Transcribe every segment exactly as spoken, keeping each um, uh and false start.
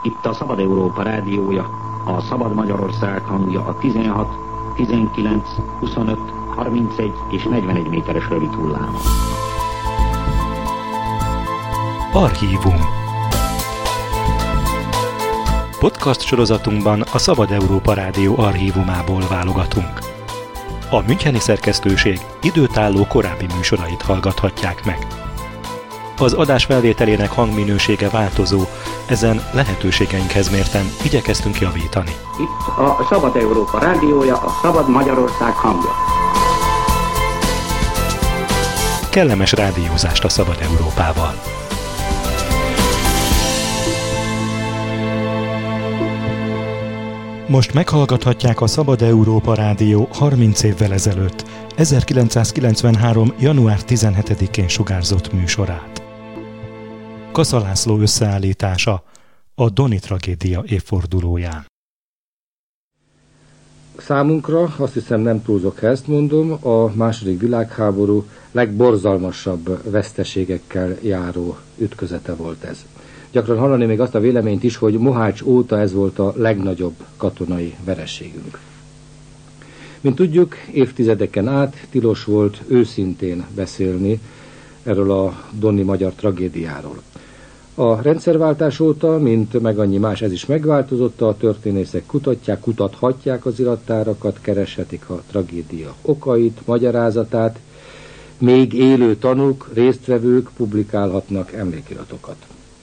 Itt a Szabad Európa rádiója, a Szabad Magyarország hangja a tizenhat, tizenkilenc, huszonöt, harmincegy és negyvenegy méteres rövid hullámon. Archívum. Podcast sorozatunkban a Szabad Európa Rádió archívumából válogatunk. A müncheni szerkesztőség időtálló korábbi műsorait hallgathatják meg. Az adás felvételének hangminősége változó, ezen lehetőségeinkhez mérten igyekeztünk javítani. Itt a Szabad Európa rádiója, a Szabad Magyarország hangja. Kellemes rádiózást a Szabad Európával! Most meghallgathatják a Szabad Európa Rádió harminc évvel ezelőtt, ezerkilencszázkilencvenhárom. január tizenhetedikén sugárzott műsorát. Kassa László összeállítása a Doni tragédia évfordulóján. Számunkra, azt hiszem nem túlzok, ha ezt mondom, a második világháború legborzalmasabb veszteségekkel járó ütközete volt ez. Gyakran hallani még azt a véleményt is, hogy Mohács óta ez volt a legnagyobb katonai vereségünk. Mint tudjuk, évtizedeken át tilos volt őszintén beszélni erről a doni magyar tragédiáról. A rendszerváltás óta, mint meg annyi más, ez is megváltozott, a történészek kutatják, kutathatják az irattárakat, kereshetik a tragédia okait, magyarázatát, még élő tanúk, résztvevők publikálhatnak emlékiratokat.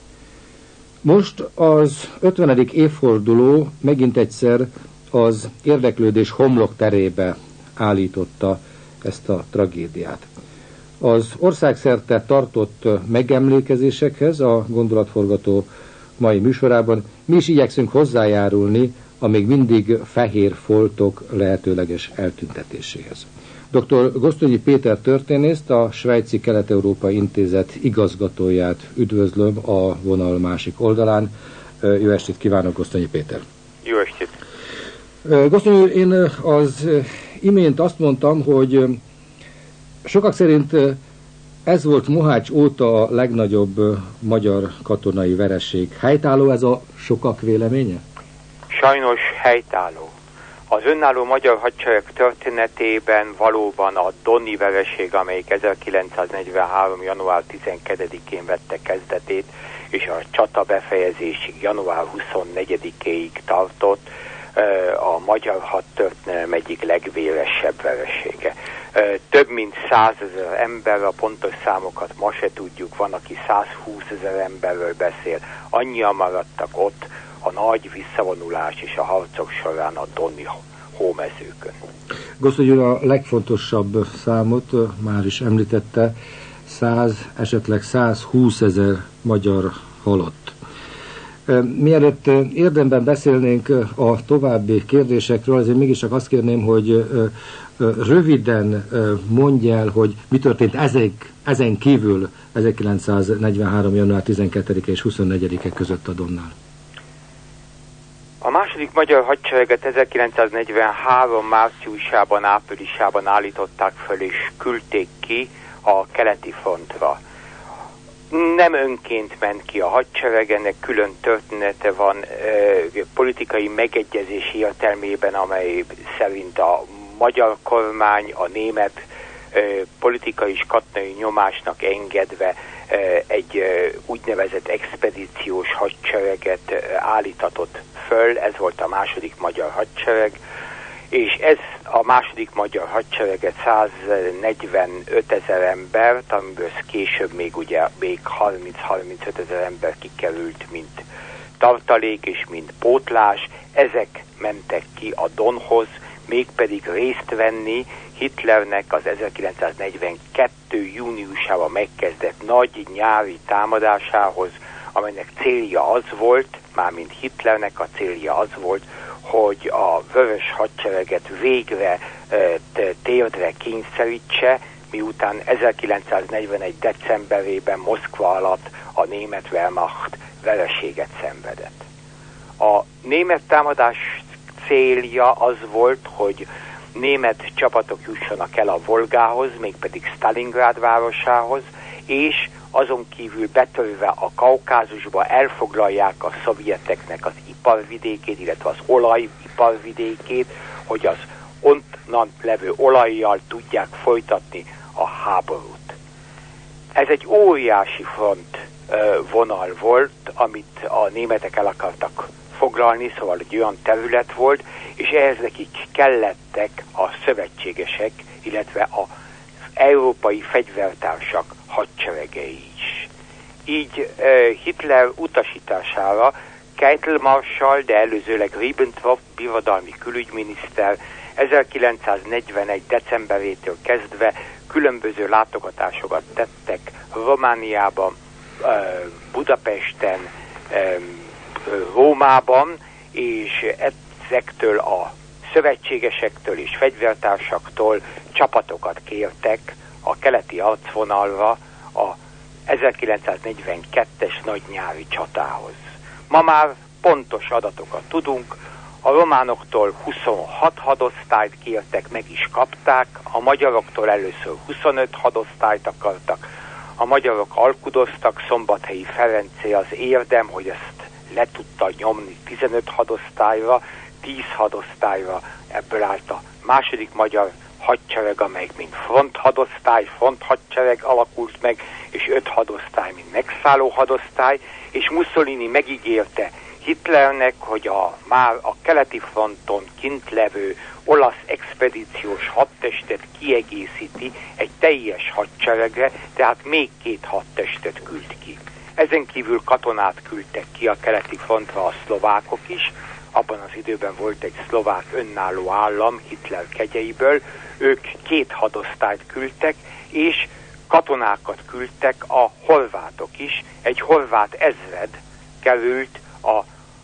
Most az ötvenedik évforduló megint egyszer az érdeklődés homlokterébe állította ezt a tragédiát. Az országszerte tartott megemlékezésekhez a gondolatforgató mai műsorában mi is igyekszünk hozzájárulni a még mindig fehér foltok lehetőleges eltüntetéséhez. doktor Gosztonyi Péter történészt, a Svájci Kelet-Európai Intézet igazgatóját üdvözlöm a vonal másik oldalán. Jó estét kívánok, Gosztonyi Péter! Jó estét! Gosztonyi úr, én az imént azt mondtam, hogy sokak szerint ez volt Mohács óta a legnagyobb magyar katonai vereség. Helytálló ez a sokak véleménye? Sajnos helytálló. Az önálló magyar hadsereg történetében valóban a doni vereség, amelyik ezerkilencszáznegyvenhárom. január tizenkettedikén vette kezdetét, és a csata befejezésig január huszonnegyedikéig tartott, a magyar hadtörténelem egyik legvéresebb veresége. Több mint százezer ember, a pontos számokat ma se tudjuk, van, aki százhúszezer emberről beszél. Annyian maradtak ott a nagy visszavonulás és a harcok során a doni hómezőkön. Gosztonyi úr, a legfontosabb számot már is említette, száz, esetleg százhúszezer magyar halott. Mielőtt érdemben beszélnénk a további kérdésekről, azért mégiscsak azt kérném, hogy röviden mondj el, hogy mi történt ezen, ezen kívül ezerkilencszáznegyvenhárom. január tizenkettedike és huszonnegyedike között a Donnál. A második magyar hadsereget ezerkilencszáznegyvenhárom. márciusában, áprilisában állították föl és küldték ki a keleti frontra. Nem önként ment ki a hadsereg, ennek külön története van e, politikai megegyezés értelmében, amely szerint a magyar kormány a német e, politikai és katonai nyomásnak engedve e, egy e, úgynevezett expedíciós hadsereget e, állítatott föl, ez volt a második magyar hadsereg, és ez a második magyar hadsereget száznegyvenötezer embert, amiből később még ugye még harminc-harmincöt ezer ember kikerült, mint tartalék és mint pótlás, ezek mentek ki a Donhoz, mégpedig részt venni Hitlernek az ezerkilencszáznegyvenkettő. júniusában megkezdett nagy nyári támadásához, amelynek célja az volt, mármint Hitlernek a célja az volt, hogy a vörös hadsereget végre e, térdre kényszerítse, miután ezerkilencszáznegyvenegy. decemberében Moszkva alatt a német Wehrmacht vereséget szenvedett. A német támadás célja az volt, hogy német csapatok jussanak el a Volgához, mégpedig Sztalingrád városához, és azon kívül betörve a Kaukázusba elfoglalják a szovjeteknek az iparvidékét, illetve az olajiparvidékét, hogy az onnan levő olajjal tudják folytatni a háborút. Ez egy óriási front vonal volt, amit a németek el akartak foglalni, szóval egy olyan terület volt, és ehhez nekik kellettek a szövetségesek, illetve az európai fegyvertársak hadseregei is. Így Hitler utasítására Keitel marsalll, de előzőleg Ribbentrop birodalmi külügyminiszter ezerkilencszáznegyvenegy. decemberétől kezdve különböző látogatásokat tettek Romániában, Budapesten, Rómában, és ezektől a szövetségesektől és fegyvertársaktól csapatokat kértek a keleti arcvonalra a ezerkilencszáznegyvenkettes nagynyári csatához. Ma már pontos adatokat tudunk, a románoktól huszonhat hadosztályt kértek, meg is kapták, a magyaroktól először huszonöt hadosztályt akartak, a magyarok alkudoztak, Szombathelyi Ferencé az érdem, hogy ezt le tudta nyomni tizenöt hadosztályra, tíz hadosztályra, ebből állt a második magyar hadsereg, amelyik mint fronthadosztály, fronthadsereg alakult meg, és öt hadosztály, mint megszálló hadosztály, és Mussolini megígérte Hitlernek, hogy a, már a keleti fronton kint levő olasz expedíciós hadtestet kiegészíti egy teljes hadseregre, tehát még két hadtestet küld ki. Ezen kívül katonát küldtek ki a keleti frontra a szlovákok is, abban az időben volt egy szlovák önálló állam Hitler kegyeiből, ők két hadosztályt küldtek, és katonákat küldtek a horvátok is, egy horvát ezred került a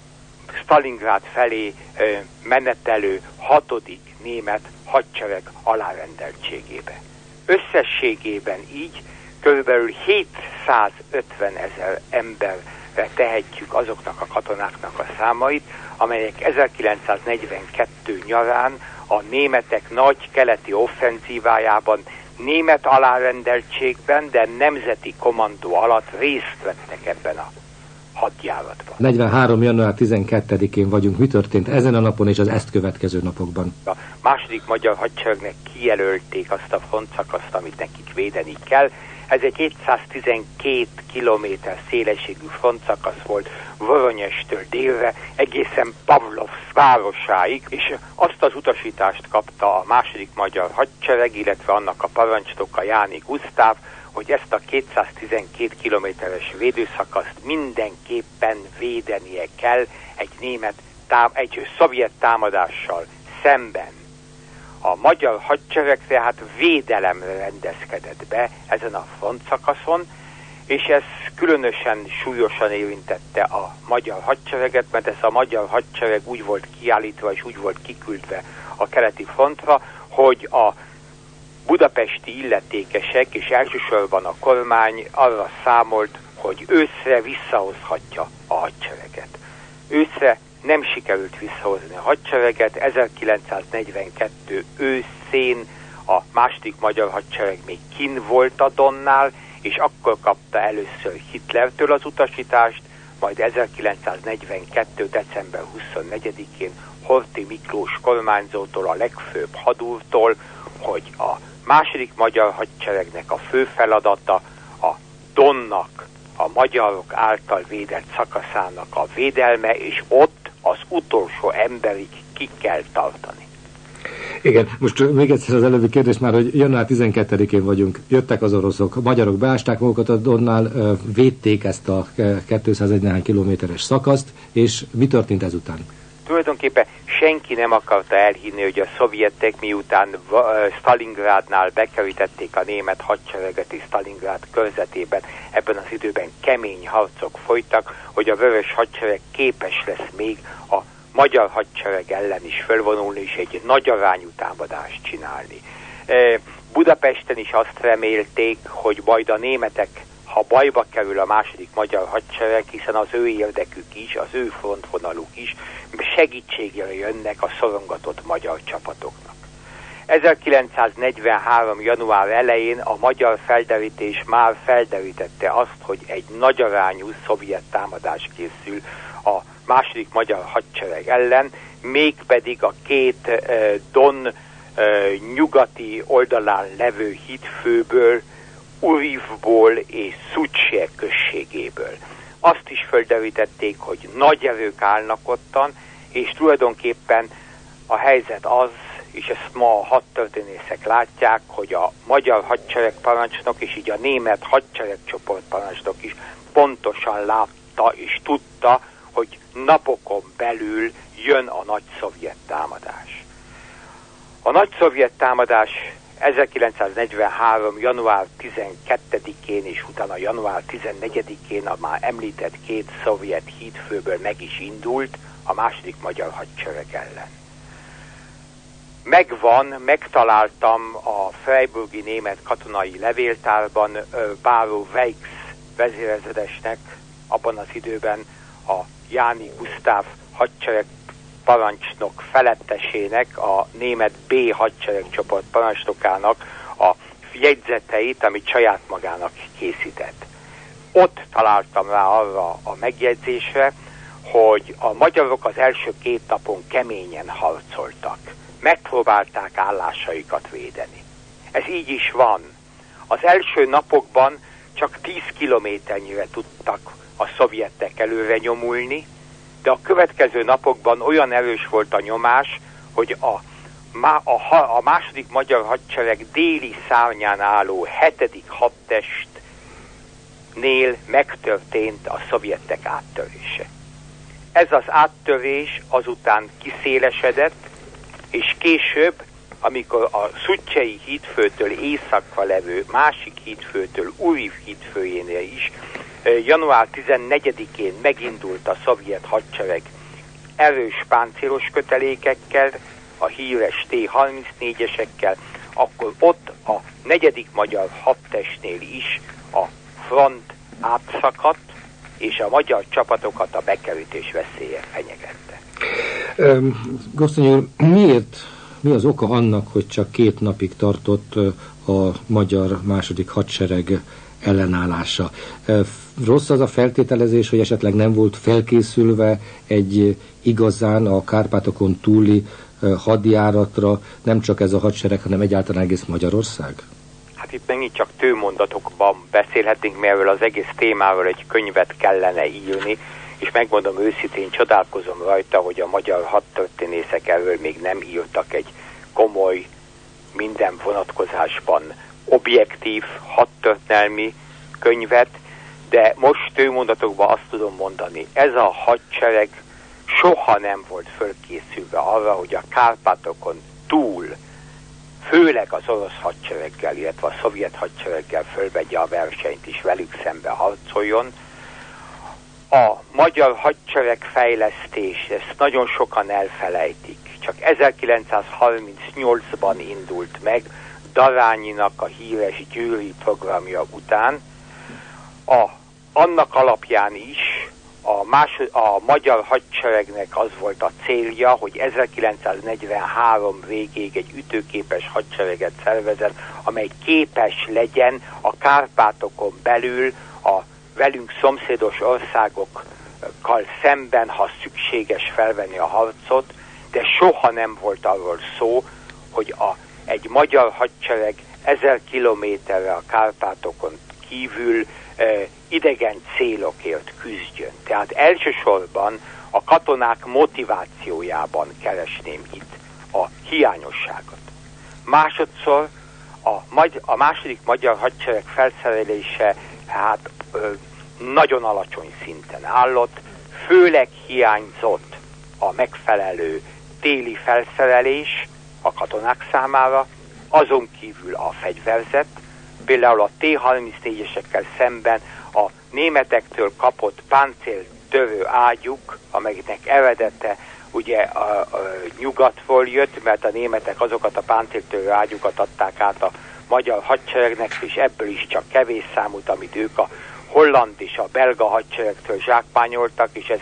Stalingrád felé ö, menetelő hatodik német hadsereg alárendeltségébe. Összességében így körülbelül hétszázötven ezer emberre tehetjük azoknak a katonáknak a számait, amelyek ezerkilencszáznegyvenkettő nyarán a németek nagy keleti offenzívájában német alárendeltségben, de nemzeti kommandó alatt részt vettek ebben a hadjáratban. negyvenhárom. január tizenkettedikén vagyunk. Mi történt ezen a napon és az ezt következő napokban? A második magyar hadseregnek kijelölték azt a frontszakaszt, amit nekik védeni kell. Ez egy kétszáztizenkét kilométer szélességű frontszakasz volt Voronyezstől délre, egészen Pavlovsk városáig, és azt az utasítást kapta a második magyar hadsereg, illetve annak a parancsnoka Jáni Gusztáv, hogy ezt a kétszáztizenkét kilométeres védőszakaszt mindenképpen védenie kell egy német, tám- egy szovjet támadással szemben. A magyar hadsereg tehát védelemre rendezkedett be ezen a frontszakaszon, és ez különösen súlyosan érintette a magyar hadsereget, mert ez a magyar hadsereg úgy volt kiállítva és úgy volt kiküldve a keleti frontra, hogy a budapesti illetékesek és elsősorban a kormány arra számolt, hogy őszre visszahozhatja a hadsereget. Őszre nem sikerült visszahozni a hadsereget, ezerkilencszáznegyvenkettő őszén a második magyar hadsereg még kinn volt a Donnál, és akkor kapta először Hitlertől az utasítást, majd ezerkilencszáznegyvenkettő. december huszonnegyedikén Horthy Miklós kormányzótól, a legfőbb hadúrtól, hogy a második magyar hadseregnek a fő feladata a Donnak, a magyarok által védett szakaszának a védelme, és ott az utolsó emberig ki kell tartani. Igen, most még egyszer az előbbi kérdés már, hogy január tizenkettedikén vagyunk, jöttek az oroszok, a magyarok beásták magukat a Donnál, védték ezt a kétszázegy néhány kilométeres szakaszt, és mi történt ezután? Tulajdonképpen senki nem akarta elhinni, hogy a szovjetek miután Stalingrádnál bekerítették a német hadsereget és Stalingrád körzetében, ebben az időben kemény harcok folytak, hogy a vörös hadsereg képes lesz még a magyar hadsereg ellen is fölvonulni és egy nagy arányú támadást csinálni. Budapesten is azt remélték, hogy majd a németek, ha bajba kerül a második magyar hadsereg, hiszen az ő érdekük is, az ő frontvonaluk is, segítségére jönnek a szorongatott magyar csapatoknak. ezerkilencszáznegyvenhárom. január elején a magyar felderítés már felderítette azt, hogy egy nagyarányú szovjet támadás készül a második magyar hadsereg ellen, mégpedig a két uh, Don uh, nyugati oldalán levő hídfőből, Urivból és Szucsie községéből. Azt is földerítették, hogy nagy erők állnak ottan, és tulajdonképpen a helyzet az, és ezt ma a hadtörténészek látják, hogy a magyar hadseregparancsnok és így a német hadseregcsoportparancsnok is pontosan látta és tudta, hogy napokon belül jön a nagy szovjet támadás. A nagy szovjet támadás ezerkilencszáznegyvenhárom. január tizenkettedikén és utána január tizennegyedikén a már említett két szovjet hídfőből meg is indult a második magyar hadsereg ellen. Megvan, megtaláltam a Freiburgi német katonai levéltárban Báró Weichs vezérezredesnek abban az időben a Jáni Gusztáv hadsereg parancsnok felettesének, a német B hadseregcsoport parancsnokának a jegyzeteit, amit saját magának készített. Ott találtam rá arra a megjegyzésre, hogy a magyarok az első két napon keményen harcoltak. Megpróbálták állásaikat védeni. Ez így is van. Az első napokban csak tíz kilométernyire tudtak a szovjetek előre nyomulni, de a következő napokban olyan erős volt a nyomás, hogy a, a, a második magyar hadsereg déli szárnyán álló hetedik hadtestnél megtörtént a szovjetek áttörése. Ez az áttörés azután kiszélesedett, és később, amikor a Szucsiei hídfőtől északra levő másik hídfőtől, Uriv hídfőjénél is január tizennegyedikén megindult a szovjet hadsereg erős páncélos kötelékekkel, a híres T harmincnégyesekkel, akkor ott a negyedik magyar hadtestnél is a front átszakadt, és a magyar csapatokat a bekerítés veszélye fenyegette. Gosztonyi úr, miért, mi az oka annak, hogy csak két napig tartott a magyar második hadsereg ellenállása? Rossz az a feltételezés, hogy esetleg nem volt felkészülve egy igazán a Kárpátokon túli hadjáratra, nem csak ez a hadsereg, hanem egyáltalán egész Magyarország? Hát itt megint csak tőmondatokban beszélhetünk, mert erről az egész témáról egy könyvet kellene írni, és megmondom őszintén, csodálkozom rajta, hogy a magyar hadtörténészek erről még nem írtak egy komoly, minden vonatkozásban objektív hadtörténelmi könyvet, de most tőmondatokban azt tudom mondani, ez a hadsereg soha nem volt fölkészülve arra, hogy a Kárpátokon túl, főleg az orosz hadsereggel, illetve a szovjet hadsereggel fölvegye a versenyt is, velük szembe harcoljon. A magyar hadseregfejlesztés, ezt nagyon sokan elfelejtik, csak ezerkilencszázharmincnyolcban indult meg Darányinak a híres győri programja után. A, annak alapján is a, más, a magyar hadseregnek az volt a célja, hogy ezerkilencszáznegyvenhárom végéig egy ütőképes hadsereget szervezett, amely képes legyen a Kárpátokon belül a velünk szomszédos országokkal szemben, ha szükséges, felvenni a harcot, de soha nem volt arról szó, hogy a, egy magyar hadsereg ezer kilométerre a Kárpátokon kívül eh, idegen célokért küzdjön. Tehát elsősorban a katonák motivációjában keresném itt a hiányosságot. Másodszor a, magy- a második magyar hadsereg felszerelése hát ö, nagyon alacsony szinten állott, főleg hiányzott a megfelelő téli felszerelés a katonák számára, azon kívül a fegyverzet, például a T harmincnégyesekkel szemben a németektől kapott páncéltörő ágyuk, amelynek eredete ugye a, a nyugatról jött, mert a németek azokat a páncéltörő ágyukat adták át a magyar hadseregnek, és ebből is csak kevés számút, amit ők a holland és a belga hadseregtől zsákmányoltak, és ezek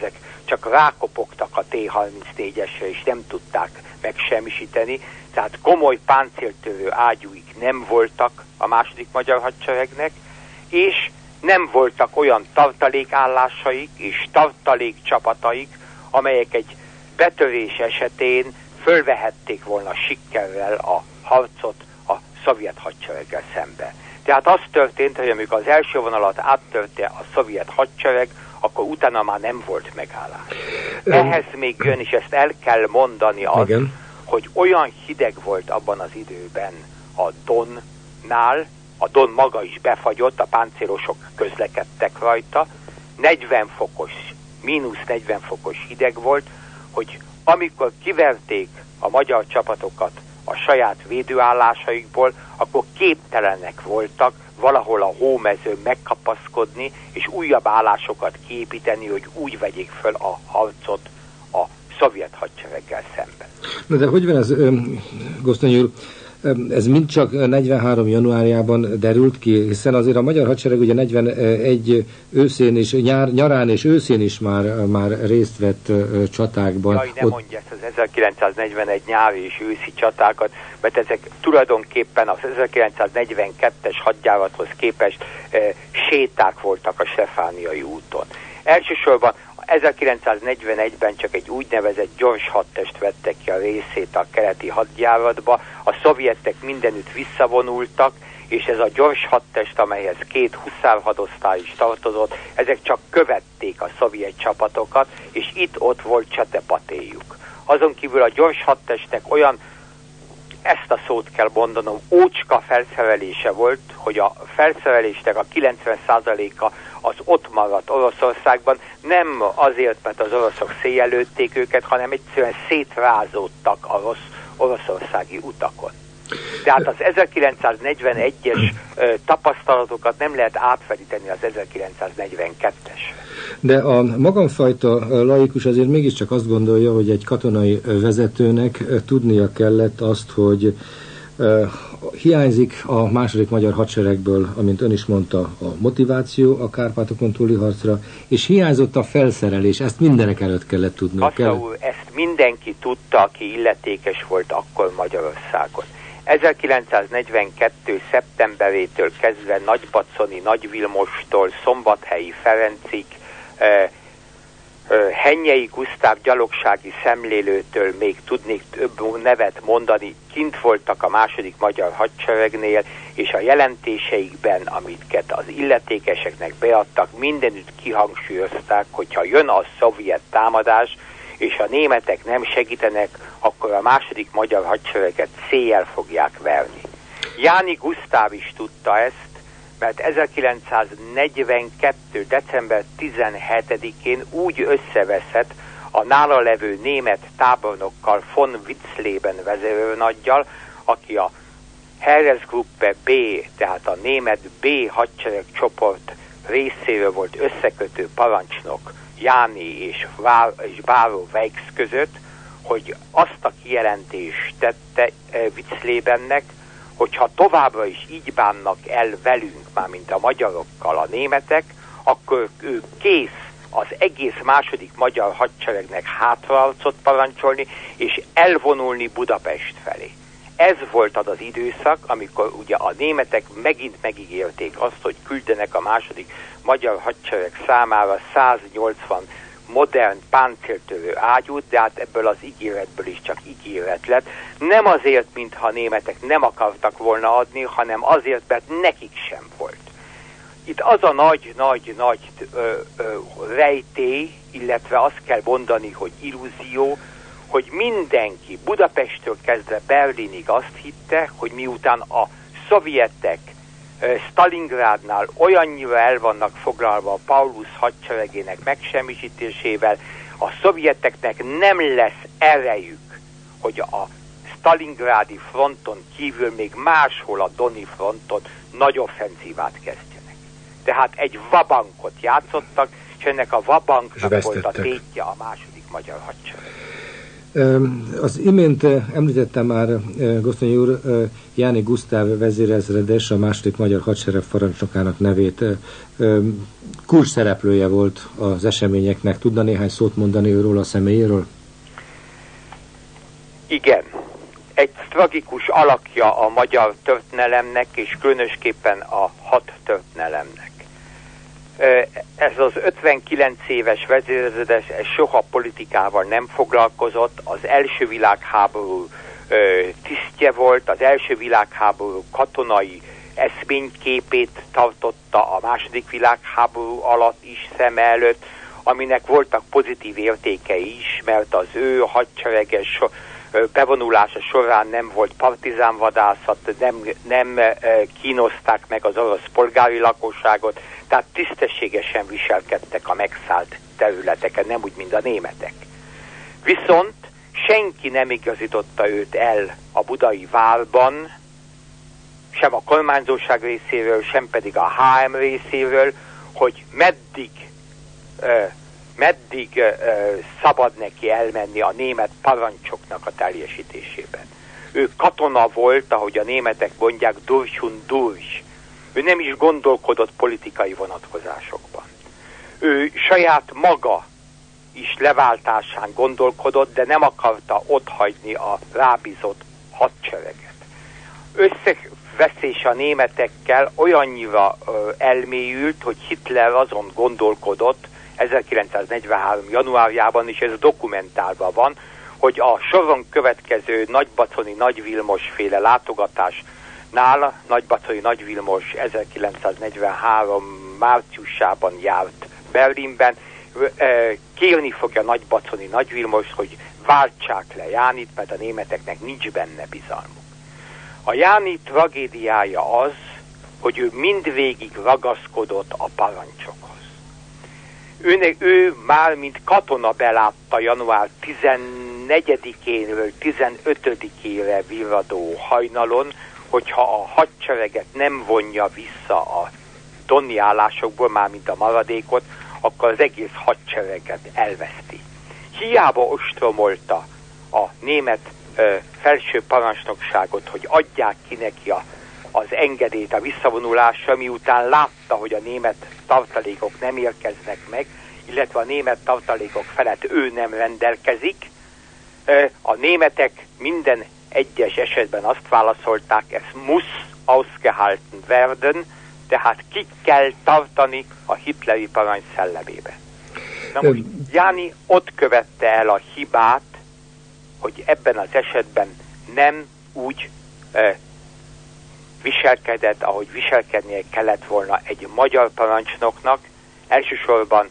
csak rákopogtak a té harmincnégyesre, és nem tudták megsemmisíteni, tehát komoly páncéltörő ágyúik nem voltak a második magyar hadseregnek, és nem voltak olyan tartalékállásaik és tartalékcsapataik, amelyek egy betörés esetén fölvehették volna sikkerrel a harcot a szovjet hadsereggel szemben. Tehát az történt, hogy amikor az első vonalat áttörte a szovjet hadsereg, akkor utána már nem volt megállás. Ehhez még jön, és ezt el kell mondani az, igen, hogy olyan hideg volt abban az időben a Donnál, a Don maga is befagyott, a páncélosok közlekedtek rajta, negyven fokos, mínusz negyven fokos hideg volt, hogy amikor kiverték a magyar csapatokat a saját védőállásaikból, akkor képtelenek voltak valahol a hómezőn megkapaszkodni, és újabb állásokat kiépíteni, hogy úgy vegyék föl a harcot a szovjet hadsereggel szemben. Na de hogy van ez, Gosztonyi úr? Ez mind csak negyvenhárom januárjában derült ki, hiszen azért a magyar hadsereg ugye negyvenegy őszén és nyár, nyarán és őszén is már, már részt vett csatákban. Jaj, ne ott... mondja ezt az ezerkilencszáznegyvenegy nyári és őszi csatákat, mert ezek tulajdonképpen az ezerkilencszáznegyvenkettes hadjárathoz képest e, séták voltak a Sefániai úton. Elsősorban ezerkilencszáznegyvenegyben csak egy úgynevezett gyors hadtest vette ki a részét a keleti hadjáratba, a szovjetek mindenütt visszavonultak, és ez a gyors hadtest, amelyhez két huszárhadosztály is tartozott, ezek csak követték a szovjet csapatokat, és itt-ott volt csetepatéjuk. Azon kívül a gyors hadtestnek olyan, ezt a szót kell mondanom, ócska felszerelése volt, hogy a felszerelésnek a kilencven százaléka az ott maradt Oroszországban, nem azért, mert az oroszok széjjel lőtték őket, hanem egyszerűen szétrázódtak a rossz oroszországi utakon. Tehát az ezerkilencszáznegyvenegyes ö, tapasztalatokat nem lehet átfedíteni az ezerkilencszáznegyvenkettesre. De a magamfajta laikus azért mégiscsak azt gondolja, hogy egy katonai vezetőnek tudnia kellett azt, hogy uh, hiányzik a második magyar hadseregből, amint ön is mondta, a motiváció a Kárpátokon túli harcra, és hiányzott a felszerelés, ezt mindenek előtt kellett tudni. Kassa úr, ezt mindenki tudta, aki illetékes volt akkor Magyarországon. ezerkilencszáznegyvenkettő. szeptemberétől kezdve Nagybaconi, Nagy Vilmostól Szombathelyi Ferencig, eh, eh, Hennyei Gusztáv gyalogsági szemlélőtől még tudnék több nevet mondani, kint voltak a második magyar hadseregnél, és a jelentéseikben, amiket az illetékeseknek beadtak, mindenütt kihangsúlyozták, hogyha jön a szovjet támadás, és a németek nem segítenek, akkor a második magyar hadsereget széjjel fogják verni. Jáni Gusztáv is tudta ezt, mert ezerkilencszáznegyvenkettő. december tizenhetedikén úgy összeveszett a nála levő német tábornokkal, von Witzleben vezérőnaggyal, aki a Heeresgruppe B, tehát a német B hadseregcsoport részéről volt összekötő parancsnok, Jáni és, Vár, és Báró Weichs között, hogy azt a kijelentést tette e, Witzlebennek, hogyha továbbra is így bánnak el velünk, mármint a magyarokkal a németek, akkor ő kész az egész második magyar hadseregnek hátraarcot parancsolni, és elvonulni Budapest felé. Ez volt az az időszak, amikor ugye a németek megint megígérték azt, hogy küldenek a második magyar hadsereg számára száznyolcvan modern páncéltörő ágyút, de hát ebből az ígéretből is csak ígéret lett. Nem azért, mintha a németek nem akartak volna adni, hanem azért, mert nekik sem volt. Itt az a nagy-nagy-nagy rejtély, illetve azt kell mondani, hogy illúzió, hogy mindenki Budapesttől kezdve Berlinig azt hitte, hogy miután a szovjetek Stalingrádnál olyannyira el vannak foglalva a Paulus hadseregének megsemmisítésével, a szovjeteknek nem lesz erejük, hogy a Stalingrádi fronton kívül még máshol a Doni fronton nagy offenzívát kezdjenek. Tehát egy vabankot játszottak, és ennek a vabanknak volt a tétje a második magyar hadsereg. Az imént említette már Gosztonyi úr Jáni Gusztáv vezérezredes, a második magyar hadsereg parancsnokának nevét. Kulcs szereplője volt az eseményeknek. Tudna néhány szót mondani őről, a személyéről? Ez egy tragikus alakja a magyar történelemnek, és különösképpen a hadtörténelemnek. Ez az ötvenkilenc éves vezérezredes, ez soha politikával nem foglalkozott, az első világháború tisztje volt, az első világháború katonai eszményképét tartotta a második világháború alatt is szem előtt, aminek voltak pozitív értékei is, mert az ő hadsereges bevonulása során nem volt partizánvadászat, nem, nem kínozták meg az orosz polgári lakosságot, tehát tisztességesen viselkedtek a megszállt területeken, nem úgy, mint a németek. Viszont senki nem igazította őt el a budai várban, sem a kormányzóság részéről, sem pedig a há em részéről, hogy meddig meddig uh, szabad neki elmenni a német parancsoknak a teljesítésében. Ő katona volt, ahogy a németek mondják, durch und durch. Ő nem is gondolkodott politikai vonatkozásokban. Ő saját maga is leváltásán gondolkodott, de nem akarta otthagyni a rábízott hadsereget. Összeveszés a németekkel olyannyira uh, elmélyült, hogy Hitler azon gondolkodott, ezerkilencszáznegyvenhárom januárjában, és ez dokumentálva van, hogy a soron következő Nagybaconi Nagy Vilmos féle látogatásnál, Nagybaconi Nagy Vilmos ezerkilencszáznegyvenhárom márciusában járt Berlinben, kérni fogja Nagybaconi Nagy Vilmos, hogy váltsák le Jánit, mert a németeknek nincs benne bizalmuk. A Jáni tragédiája az, hogy ő mindvégig ragaszkodott a parancsokhoz. Ő, ő már mint katona belátta január tizennegyedikéről tizenötödikére virradó hajnalon, hogyha a hadsereget nem vonja vissza a doni állásokból, már mint a maradékot, akkor az egész hadsereget elveszti. Hiába ostromolta a német ö, felső parancsnokságot, hogy adják ki neki a, az engedélyt a visszavonulásra, miután látta, hogy a német tartalékok nem érkeznek meg, illetve a német tartalékok felett ő nem rendelkezik. A németek minden egyes esetben azt válaszolták, ez muss ausgehalten werden, tehát ki kell tartani a hitleri parancs szellemébe. Na most Jáni ott követte el a hibát, hogy ebben az esetben nem úgy e, viselkedett, ahogy viselkednie kellett volna egy magyar parancsnoknak, elsősorban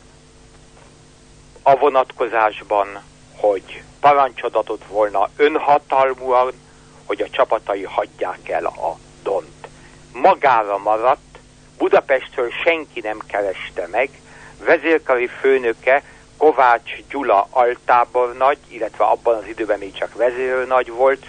a vonatkozásban, hogy parancsot adott volna önhatalmúan, hogy a csapatai hagyják el a Dont. Magára maradt, Budapestről senki nem kereste meg, vezérkari főnöke Kovács Gyula altábornagy, illetve abban az időben még csak vezérőrnagy volt,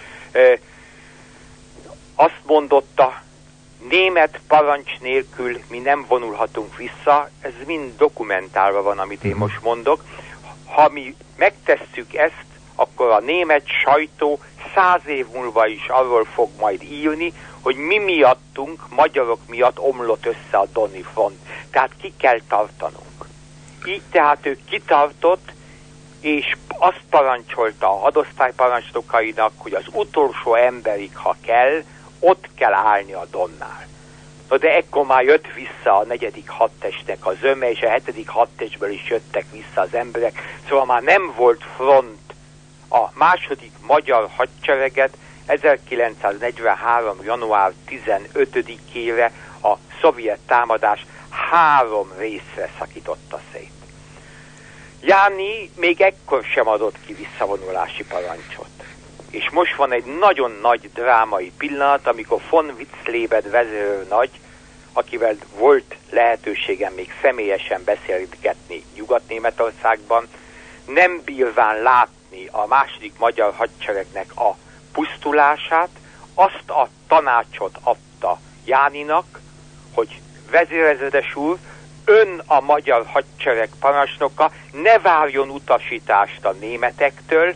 azt mondotta, német parancs nélkül mi nem vonulhatunk vissza, ez mind dokumentálva van, amit én most mondok. Ha mi megtesszük ezt, akkor a német sajtó száz év múlva is arról fog majd írni, hogy mi miattunk, magyarok miatt omlott össze a Doni front. Tehát ki kell tartanunk. Így tehát ő kitartott, és azt parancsolta a hadosztály parancsnokainak, hogy az utolsó emberig, ha kell, ott kell állni a Donnál. No, de ekkor már jött vissza a negyedik hadtestnek a zöme, és a hetedik hadtestből is jöttek vissza az emberek, szóval már nem volt front. A második magyar hadsereget ezerkilencszáznegyvenhárom január tizenötödikére a szovjet támadás három részre szakította szét. Jáni még ekkor sem adott ki visszavonulási parancsot. És most van egy nagyon nagy drámai pillanat, amikor von Witzleben vezérőrnagy, akivel volt lehetőségem még személyesen beszélgetni Nyugat-Németországban, nem bírván látni a második magyar hadseregnek a pusztulását, azt a tanácsot adta Jáninak, hogy vezérezredes úr, ön a magyar hadsereg parancsnoka, ne várjon utasítást a németektől,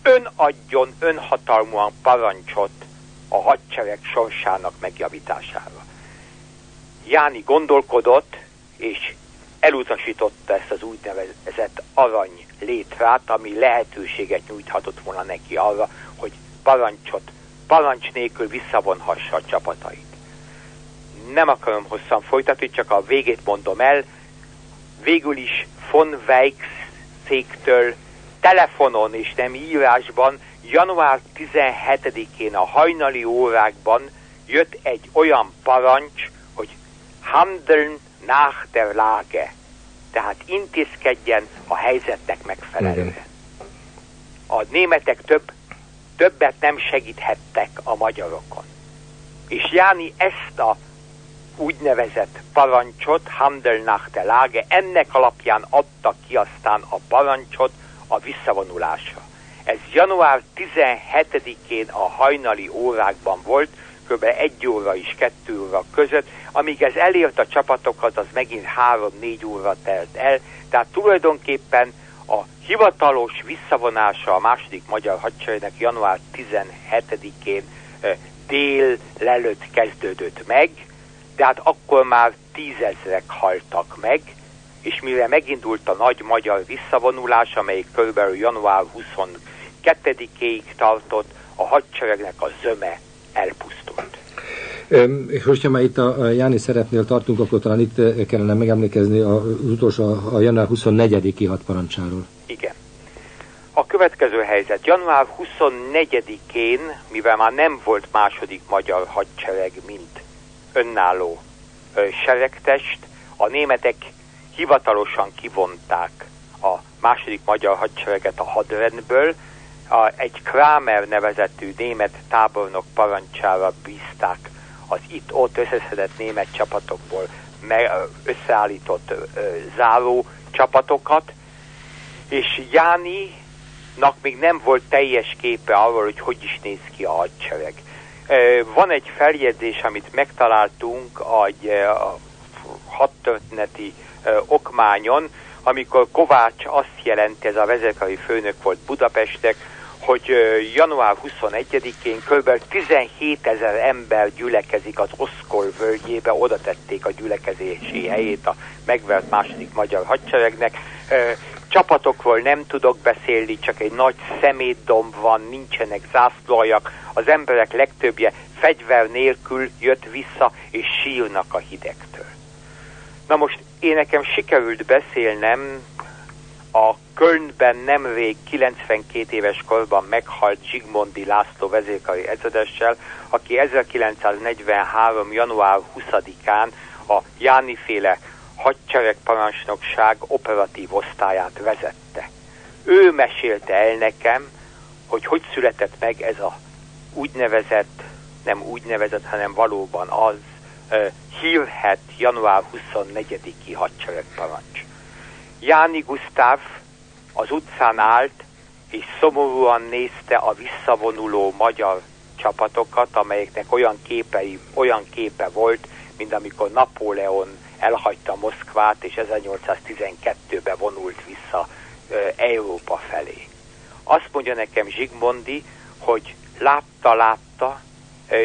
ön adjon önhatalmúan parancsot a hadsereg sorsának megjavítására. Jáni gondolkodott, és elutasította ezt az úgynevezett arany létrát, ami lehetőséget nyújthatott volna neki arra, hogy parancsot, parancs nélkül visszavonhassa a csapatait. Nem akarom hosszan folytatni, csak a végét mondom el. Végül is von Weichszéktől telefonon és nem írásban január tizenhetedikén a hajnali órákban jött egy olyan parancs, hogy handeln nach der Lage, tehát intézkedjen a helyzetnek megfelelően. A németek több, többet nem segíthettek a magyarokon. És Jáni ezt a úgynevezett parancsot, handeln nach der Lage, ennek alapján adta ki aztán a parancsot a visszavonulásra. Ez január tizenhetedikén a hajnali órákban volt, kb. egy óra és kettő óra között, amíg ez elért a csapatokat, az megint három-négy óra telt el, tehát tulajdonképpen a hivatalos visszavonása a második magyar hadseregnek január tizenhetedikén e, dél lelőtt kezdődött meg, de hát akkor már tízezrek haltak meg, és mire megindult a nagy magyar visszavonulás, amelyik körülbelül január huszonkettedikéig tartott, a hadseregnek a zöme elpusztult. És hogyha már itt a Jáni szerepnél tartunk, akkor talán itt kellene megemlékezni az utolsó, a január huszonnegyediki hadparancsáról. Igen. A következő helyzet. január huszonnegyedikén, mivel már nem volt második magyar hadsereg, mint önálló ö, seregtest, a németek hivatalosan kivonták a második magyar hadsereget a hadrendből, a, egy Kramer nevezetű német tábornok parancsára bízták az itt-ott összeszedett német csapatokból me, összeállított ö, záró csapatokat, és Jáninak még nem volt teljes képe arról, hogy hogy is néz ki a hadsereg. Ö, van egy feljegyzés, amit megtaláltunk egy a hadtörténeti ö, okmányon, amikor Kovács azt jelenti, ez a vezérkari főnök volt Budapestnek, hogy január huszonegyedikén kb. tizenhétezer ember gyülekezik az Oszkol völgyébe, oda tették a gyülekezési helyét a megvert második magyar hadseregnek. Csapatokról nem tudok beszélni, csak egy nagy szemétdomb van, nincsenek zászlóajak, az emberek legtöbbje fegyver nélkül jött vissza, és sírnak a hidegtől. Na most én nekem sikerült beszélnem a Kölnben nemrég kilencvenkét éves korban meghalt Zsigmondy László vezérkari ezredessel, aki ezerkilencszáznegyvenhárom. január huszadikán a Jáni-féle hadseregparancsnokság operatív osztályát vezette. Ő mesélte el nekem, hogy hogy született meg ez a úgynevezett, nem úgynevezett, hanem valóban az uh, hírhedt január huszonnegyediki hadseregparancs. Jáni Gusztáv az utcán állt, és szomorúan nézte a visszavonuló magyar csapatokat, amelyeknek olyan, képei, olyan képe volt, mint amikor Napóleon elhagyta Moszkvát, és ezernyolcszáztizenkettőben vonult vissza e, Európa felé. Azt mondja nekem Zsigmondy, hogy látta-látta, e,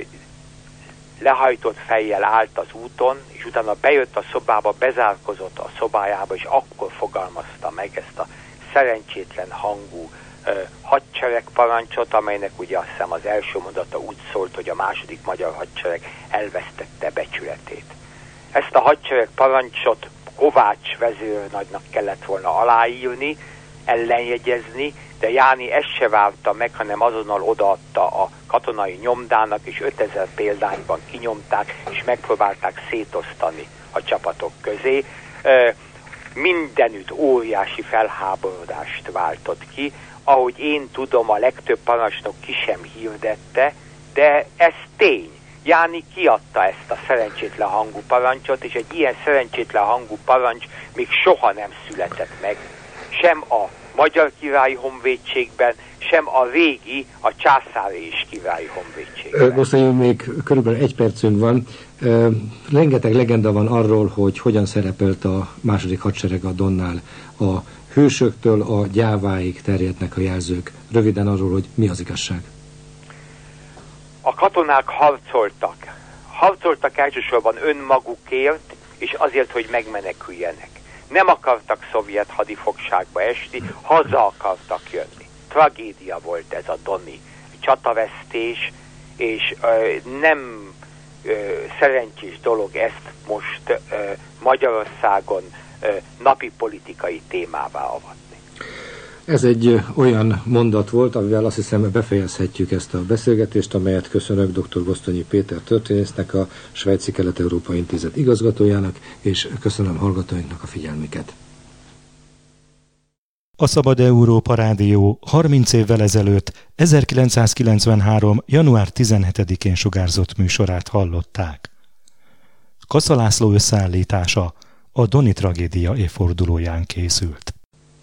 lehajtott fejjel állt az úton, és utána bejött a szobába, bezárkozott a szobájába, és akkor fogalmazta meg ezt a szerencsétlen hangú uh, hadseregparancsot, amelynek ugye azt hiszem az első mondata úgy szólt, hogy a második magyar hadsereg elvesztette becsületét. Ezt a hadseregparancsot Kovács vezérnagynak kellett volna aláírni, ellenjegyezni, de Jáni ezt se várta meg, hanem azonnal odaadta a katonai nyomdának, és ötezer példányban kinyomták, és megpróbálták szétosztani a csapatok közé. Uh, mindenütt óriási felháborodást váltott ki. Ahogy én tudom, a legtöbb parancsnok ki sem hirdette, de ez tény. Jáni kiadta ezt a szerencsétlen hangú parancsot, és egy ilyen szerencsétlen hangú parancs még soha nem született meg. Sem a Magyar Királyi Honvédségben, sem a régi, a Császári és Királyi Honvédségben. Most még körülbelül egy percünk van. Rengeteg legenda van arról, hogy hogyan szerepelt a második hadsereg a Donnál a hősöktől a gyáváig terjednek a jelzők. Röviden arról, hogy mi az igazság. A katonák harcoltak. Harcoltak elsősorban önmagukért, és azért, hogy megmeneküljenek. Nem akartak szovjet hadifogságba esni, haza akartak jönni. Tragédia volt ez a Doni csatavesztés, és ö, nem ö, szerencsés dolog ezt most ö, Magyarországon ö, napi politikai témává avatni. Ez egy olyan mondat volt, amivel azt hiszem befejezhetjük ezt a beszélgetést, amelyet köszönök dr. Gosztonyi Péter történésznek, a Svájci Kelet-Európa Intézet igazgatójának, és köszönöm hallgatóinknak a figyelmüket. A Szabad Európa Rádió harminc évvel ezelőtt, ezerkilencszázkilencvenhárom. január tizenhetedikén sugárzott műsorát hallották. Kassa László összeállítása a Doni tragédia évfordulóján készült.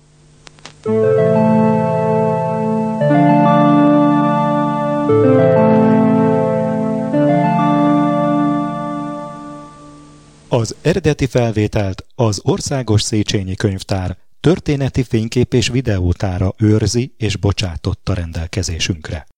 Az eredeti felvételt az Országos Széchenyi Könyvtár történeti fénykép és videótára őrzi és bocsátotta rendelkezésünkre.